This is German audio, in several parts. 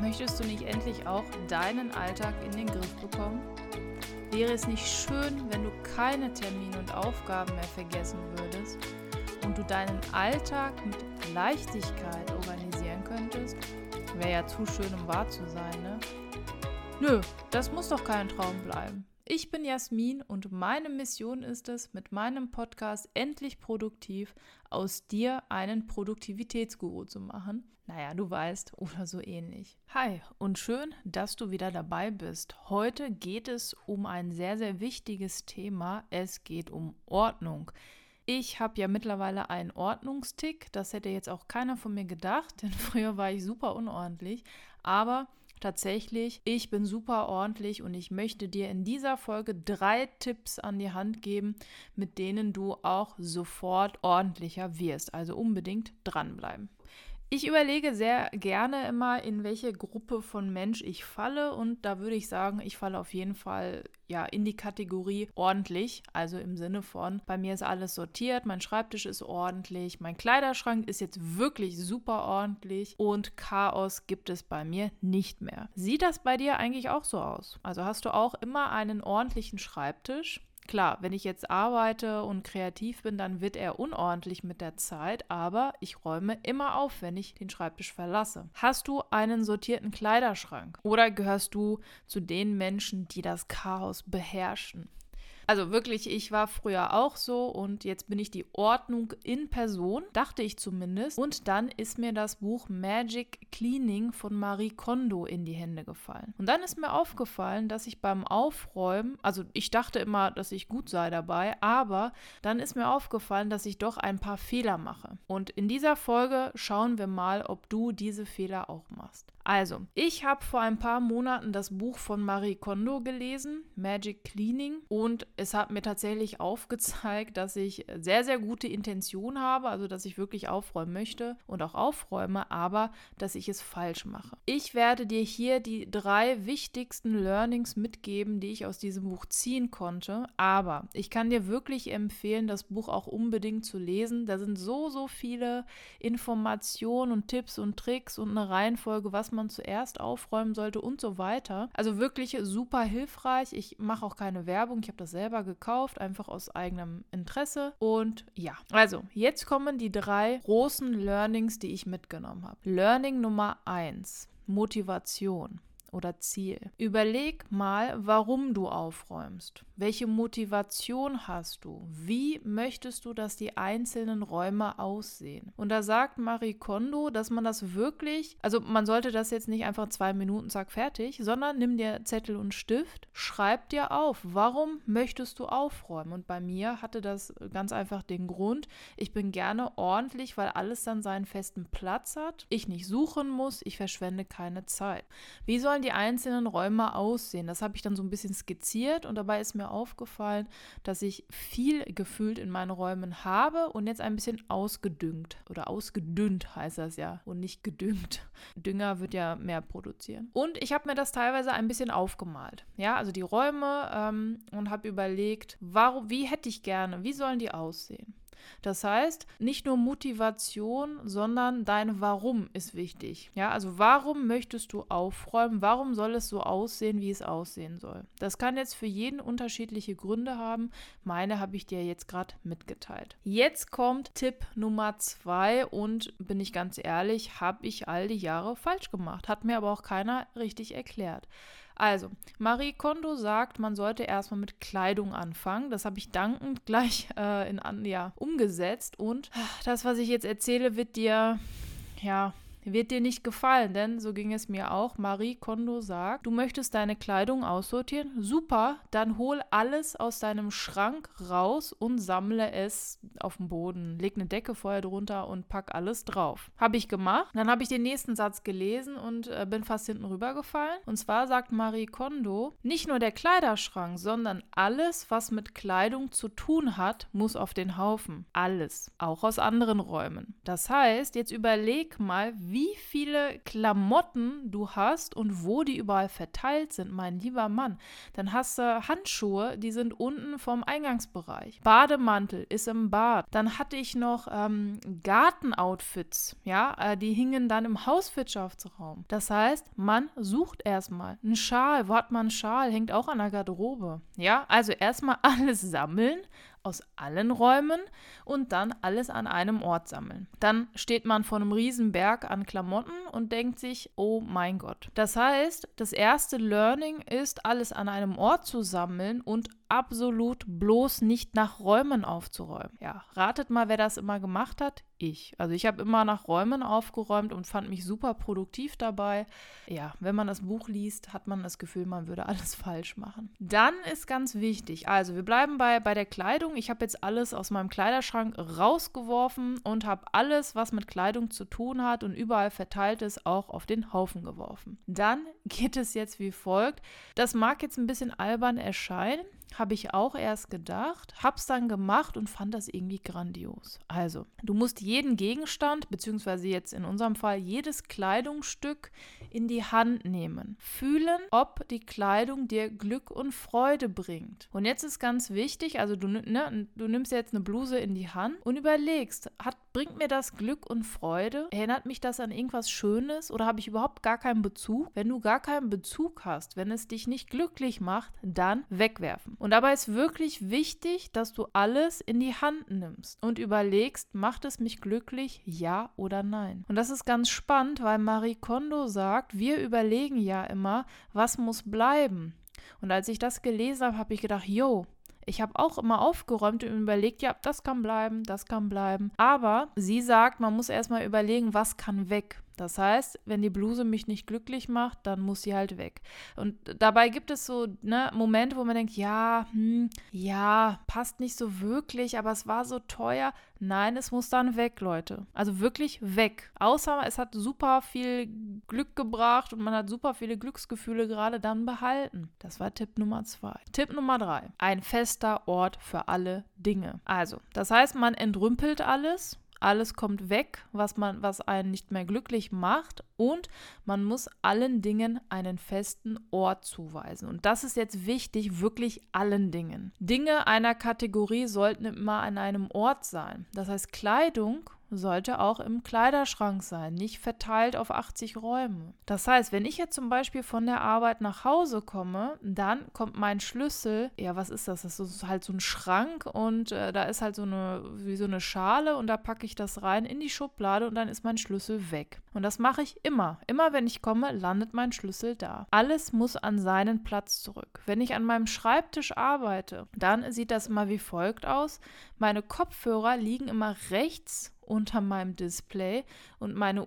Möchtest du nicht endlich auch deinen Alltag in den Griff bekommen? Wäre es nicht schön, wenn du keine Termine und Aufgaben mehr vergessen würdest und du deinen Alltag mit Leichtigkeit organisieren könntest? Wäre ja zu schön, um wahr zu sein, ne? Nö, das muss doch kein Traum bleiben. Ich bin Jasmin und meine Mission ist es, mit meinem Podcast Endlich Produktiv aus dir einen Produktivitätsguru zu machen. Naja, du weißt, oder so ähnlich. Hi und schön, dass du wieder dabei bist. Heute geht es um ein sehr, sehr wichtiges Thema. Es geht um Ordnung. Ich habe ja mittlerweile einen Ordnungstick. Das hätte jetzt auch keiner von mir gedacht, denn früher war ich super unordentlich. Aber tatsächlich, ich bin super ordentlich und ich möchte dir in dieser Folge 3 Tipps an die Hand geben, mit denen du auch sofort ordentlicher wirst. Also unbedingt dranbleiben. Ich überlege sehr gerne immer, in welche Gruppe von Mensch ich falle, und da würde ich sagen, ich falle auf jeden Fall in die Kategorie ordentlich, also im Sinne von, bei mir ist alles sortiert, mein Schreibtisch ist ordentlich, mein Kleiderschrank ist jetzt wirklich super ordentlich und Chaos gibt es bei mir nicht mehr. Sieht das bei dir eigentlich auch so aus? Also hast du auch immer einen ordentlichen Schreibtisch? Klar, wenn ich jetzt arbeite und kreativ bin, dann wird er unordentlich mit der Zeit, aber ich räume immer auf, wenn ich den Schreibtisch verlasse. Hast du einen sortierten Kleiderschrank oder gehörst du zu den Menschen, die das Chaos beherrschen? Also wirklich, ich war früher auch so und jetzt bin ich die Ordnung in Person, dachte ich zumindest. Und dann ist mir das Buch Magic Cleaning von Marie Kondo in die Hände gefallen. Und dann ist mir aufgefallen, dass ich beim Aufräumen, also ich dachte immer, dass ich gut sei dabei, aber dann ist mir aufgefallen, dass ich doch ein paar Fehler mache. Und in dieser Folge schauen wir mal, ob du diese Fehler auch machst. Also, ich habe vor ein paar Monaten das Buch von Marie Kondo gelesen, Magic Cleaning, und es hat mir tatsächlich aufgezeigt, dass ich sehr, sehr gute Intention habe, also dass ich wirklich aufräumen möchte und auch aufräume, aber dass ich es falsch mache. Ich werde dir hier die 3 wichtigsten Learnings mitgeben, die ich aus diesem Buch ziehen konnte, aber ich kann dir wirklich empfehlen, das Buch auch unbedingt zu lesen. Da sind so viele Informationen und Tipps und Tricks und eine Reihenfolge, was man zuerst aufräumen sollte und so weiter. Also wirklich super hilfreich. Ich mache auch keine Werbung. Ich habe das selber gekauft, einfach aus eigenem Interesse. Und ja, also jetzt kommen die 3 großen Learnings, die ich mitgenommen habe. Learning Nummer 1: Motivation oder Ziel. Überleg mal, warum du aufräumst. Welche Motivation hast du? Wie möchtest du, dass die einzelnen Räume aussehen? Und da sagt Marie Kondo, dass man das wirklich, also man sollte das jetzt nicht einfach 2 Minuten, zack, fertig, sondern nimm dir Zettel und Stift, schreib dir auf, warum möchtest du aufräumen? Und bei mir hatte das ganz einfach den Grund, ich bin gerne ordentlich, weil alles dann seinen festen Platz hat, ich nicht suchen muss, ich verschwende keine Zeit. Wie sollen die einzelnen Räume aussehen? Das habe ich dann so ein bisschen skizziert und dabei ist mir aufgefallen, dass ich viel gefühlt in meinen Räumen habe und jetzt ein bisschen ausgedüngt oder ausgedünnt heißt das ja und nicht gedüngt. Dünger wird ja mehr produzieren. Und ich habe mir das teilweise ein bisschen aufgemalt. Ja, also die Räume und habe überlegt, wie hätte ich gerne, wie sollen die aussehen? Das heißt, nicht nur Motivation, sondern dein Warum ist wichtig. Ja, also warum möchtest du aufräumen? Warum soll es so aussehen, wie es aussehen soll? Das kann jetzt für jeden unterschiedliche Gründe haben. Meine habe ich dir jetzt gerade mitgeteilt. Jetzt kommt Tipp Nummer 2 und bin ich ganz ehrlich, habe ich all die Jahre falsch gemacht. Hat mir aber auch keiner richtig erklärt. Also, Marie Kondo sagt, man sollte erstmal mit Kleidung anfangen. Das habe ich dankend gleich umgesetzt. Und das, was ich jetzt erzähle, wird dir nicht gefallen, denn so ging es mir auch. Marie Kondo sagt, du möchtest deine Kleidung aussortieren? Super, dann hol alles aus deinem Schrank raus und sammle es auf dem Boden. Leg eine Decke vorher drunter und pack alles drauf. Habe ich gemacht. Dann habe ich den nächsten Satz gelesen und bin fast hinten rübergefallen. Und zwar sagt Marie Kondo, nicht nur der Kleiderschrank, sondern alles, was mit Kleidung zu tun hat, muss auf den Haufen. Alles. Auch aus anderen Räumen. Das heißt, jetzt überleg mal, wie viele Klamotten du hast und wo die überall verteilt sind, mein lieber Mann. Dann hast du Handschuhe, die sind unten vom Eingangsbereich. Bademantel ist im Bad. Dann hatte ich noch Gartenoutfits, ja, die hingen dann im Hauswirtschaftsraum. Das heißt, man sucht erstmal einen Schal. Wo hat man einen Schal? Hängt auch an der Garderobe. Ja, also erstmal alles sammeln aus allen Räumen und dann alles an einem Ort sammeln. Dann steht man vor einem riesen Berg an Klamotten und denkt sich, oh mein Gott. Das heißt, das erste Learning ist, alles an einem Ort zu sammeln und absolut bloß nicht nach Räumen aufzuräumen. Ja, ratet mal, wer das immer gemacht hat? Ich. Also ich habe immer nach Räumen aufgeräumt und fand mich super produktiv dabei. Ja, wenn man das Buch liest, hat man das Gefühl, man würde alles falsch machen. Dann ist ganz wichtig, also wir bleiben bei der Kleidung. Ich habe jetzt alles aus meinem Kleiderschrank rausgeworfen und habe alles, was mit Kleidung zu tun hat und überall verteilt ist, auch auf den Haufen geworfen. Dann geht es jetzt wie folgt. Das mag jetzt ein bisschen albern erscheinen, habe ich auch erst gedacht, hab's dann gemacht und fand das irgendwie grandios. Also, du musst jeden Gegenstand, beziehungsweise jetzt in unserem Fall jedes Kleidungsstück in die Hand nehmen. Fühlen, ob die Kleidung dir Glück und Freude bringt. Und jetzt ist ganz wichtig, also du nimmst jetzt eine Bluse in die Hand und überlegst, bringt mir das Glück und Freude? Erinnert mich das an irgendwas Schönes oder habe ich überhaupt gar keinen Bezug? Wenn du gar keinen Bezug hast, wenn es dich nicht glücklich macht, dann wegwerfen. Und dabei ist wirklich wichtig, dass du alles in die Hand nimmst und überlegst, macht es mich glücklich, ja oder nein? Und das ist ganz spannend, weil Marie Kondo sagt, wir überlegen ja immer, was muss bleiben? Und als ich das gelesen habe, habe ich gedacht, ich habe auch immer aufgeräumt und überlegt, ja, das kann bleiben, das kann bleiben. Aber sie sagt, man muss erstmal überlegen, was kann weg. Das heißt, wenn die Bluse mich nicht glücklich macht, dann muss sie halt weg. Und dabei gibt es so Momente, wo man denkt, ja, passt nicht so wirklich, aber es war so teuer. Nein, es muss dann weg, Leute. Also wirklich weg. Außer es hat super viel Glück gebracht und man hat super viele Glücksgefühle gerade dann behalten. Das war Tipp Nummer 2. Tipp Nummer 3. Ein fester Ort für alle Dinge. Also, das heißt, man entrümpelt alles. Alles kommt weg, was einen nicht mehr glücklich macht und man muss allen Dingen einen festen Ort zuweisen. Und das ist jetzt wichtig, wirklich allen Dingen. Dinge einer Kategorie sollten immer an einem Ort sein. Das heißt, Kleidung sollte auch im Kleiderschrank sein, nicht verteilt auf 80 Räume. Das heißt, wenn ich jetzt zum Beispiel von der Arbeit nach Hause komme, dann kommt mein Schlüssel, ja, was ist das? Das ist halt so ein Schrank und da ist halt so eine Schale und da packe ich das rein in die Schublade und dann ist mein Schlüssel weg. Und das mache ich immer. Immer wenn ich komme, landet mein Schlüssel da. Alles muss an seinen Platz zurück. Wenn ich an meinem Schreibtisch arbeite, dann sieht das immer wie folgt aus. Meine Kopfhörer liegen immer rechts unter meinem Display und meine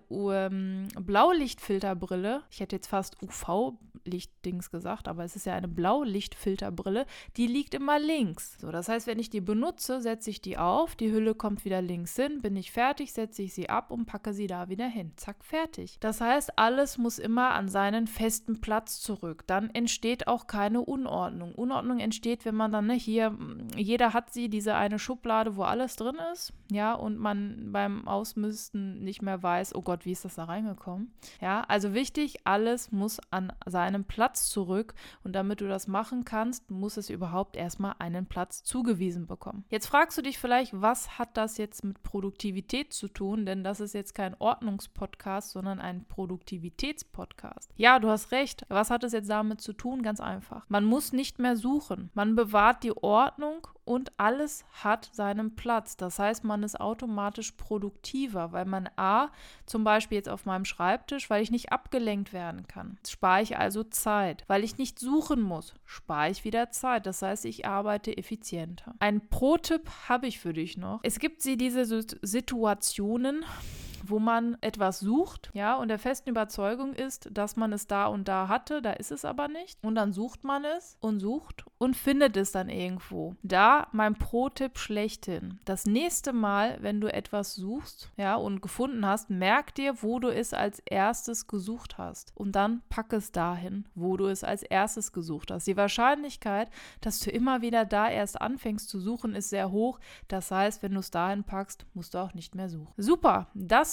Blaulichtfilterbrille, ich hätte jetzt fast UV-Lichtdings gesagt, aber es ist ja eine Blaulichtfilterbrille, die liegt immer links. So, das heißt, wenn ich die benutze, setze ich die auf, die Hülle kommt wieder links hin, bin ich fertig, setze ich sie ab und packe sie da wieder hin. Zack, fertig. Das heißt, alles muss immer an seinen festen Platz zurück. Dann entsteht auch keine Unordnung. Unordnung entsteht, wenn man dann, jeder hat diese eine Schublade, wo alles drin ist, ja, und man beim Ausmisten nicht mehr weiß, oh Gott, wie ist das da reingekommen? Ja, also wichtig, alles muss an seinem Platz zurück und damit du das machen kannst, muss es überhaupt erstmal einen Platz zugewiesen bekommen. Jetzt fragst du dich vielleicht, was hat das jetzt mit Produktivität zu tun? Denn das ist jetzt kein Ordnungspodcast, sondern ein Produktivitätspodcast. Ja, du hast recht. Was hat es jetzt damit zu tun? Ganz einfach. Man muss nicht mehr suchen. Man bewahrt die Ordnung und alles hat seinen Platz. Das heißt, man ist automatisch produktiver, weil man zum Beispiel jetzt auf meinem Schreibtisch, weil ich nicht abgelenkt werden kann, spare ich also Zeit. Weil ich nicht suchen muss, spare ich wieder Zeit. Das heißt, ich arbeite effizienter. Ein Pro-Tipp habe ich für dich noch. Es gibt diese Situationen, wo man etwas sucht, ja, und der festen Überzeugung ist, dass man es da und da hatte, da ist es aber nicht. Und dann sucht man es und sucht und findet es dann irgendwo. Da mein Pro-Tipp schlechthin. Das nächste Mal, wenn du etwas suchst, ja, und gefunden hast, merk dir, wo du es als erstes gesucht hast. Und dann pack es dahin, wo du es als erstes gesucht hast. Die Wahrscheinlichkeit, dass du immer wieder da erst anfängst zu suchen, ist sehr hoch. Das heißt, wenn du es dahin packst, musst du auch nicht mehr suchen. Super, das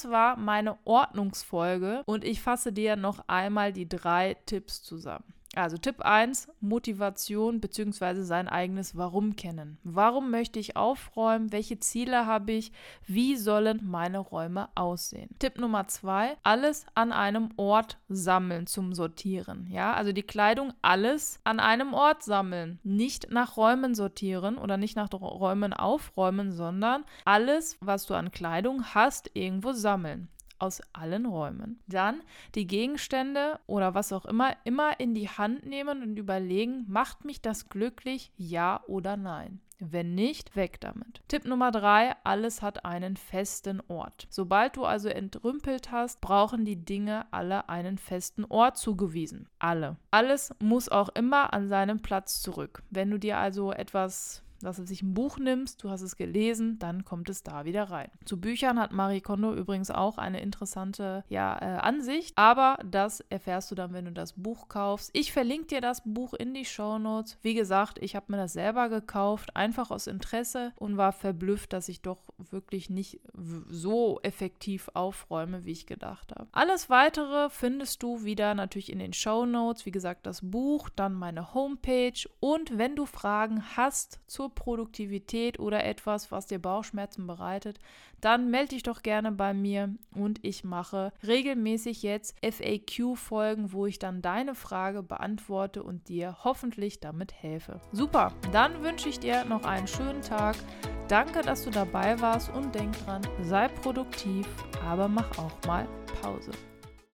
Das war meine Ordnungsfolge und ich fasse dir noch einmal die 3 Tipps zusammen. Also Tipp 1, Motivation bzw. sein eigenes Warum kennen. Warum möchte ich aufräumen? Welche Ziele habe ich? Wie sollen meine Räume aussehen? Tipp Nummer 2, alles an einem Ort sammeln zum Sortieren. Ja, also die Kleidung alles an einem Ort sammeln. Nicht nach Räumen sortieren oder nicht nach Räumen aufräumen, sondern alles, was du an Kleidung hast, irgendwo sammeln. Aus allen Räumen. Dann die Gegenstände oder was auch immer in die Hand nehmen und überlegen, macht mich das glücklich, ja oder nein? Wenn nicht, weg damit. Tipp Nummer 3, alles hat einen festen Ort. Sobald du also entrümpelt hast, brauchen die Dinge alle einen festen Ort zugewiesen. Alle. Alles muss auch immer an seinen Platz zurück. Wenn du dir also etwas, dass du sich ein Buch nimmst, du hast es gelesen, dann kommt es da wieder rein. Zu Büchern hat Marie Kondo übrigens auch eine interessante Ansicht, aber das erfährst du dann, wenn du das Buch kaufst. Ich verlinke dir das Buch in die Shownotes. Wie gesagt, ich habe mir das selber gekauft, einfach aus Interesse und war verblüfft, dass ich doch wirklich nicht so effektiv aufräume, wie ich gedacht habe. Alles Weitere findest du wieder natürlich in den Shownotes. Wie gesagt, das Buch, dann meine Homepage und wenn du Fragen hast zur Produktivität oder etwas, was dir Bauchschmerzen bereitet, dann melde dich doch gerne bei mir und ich mache regelmäßig jetzt FAQ-Folgen, wo ich dann deine Frage beantworte und dir hoffentlich damit helfe. Super, dann wünsche ich dir noch einen schönen Tag. Danke, dass du dabei warst und denk dran, sei produktiv, aber mach auch mal Pause.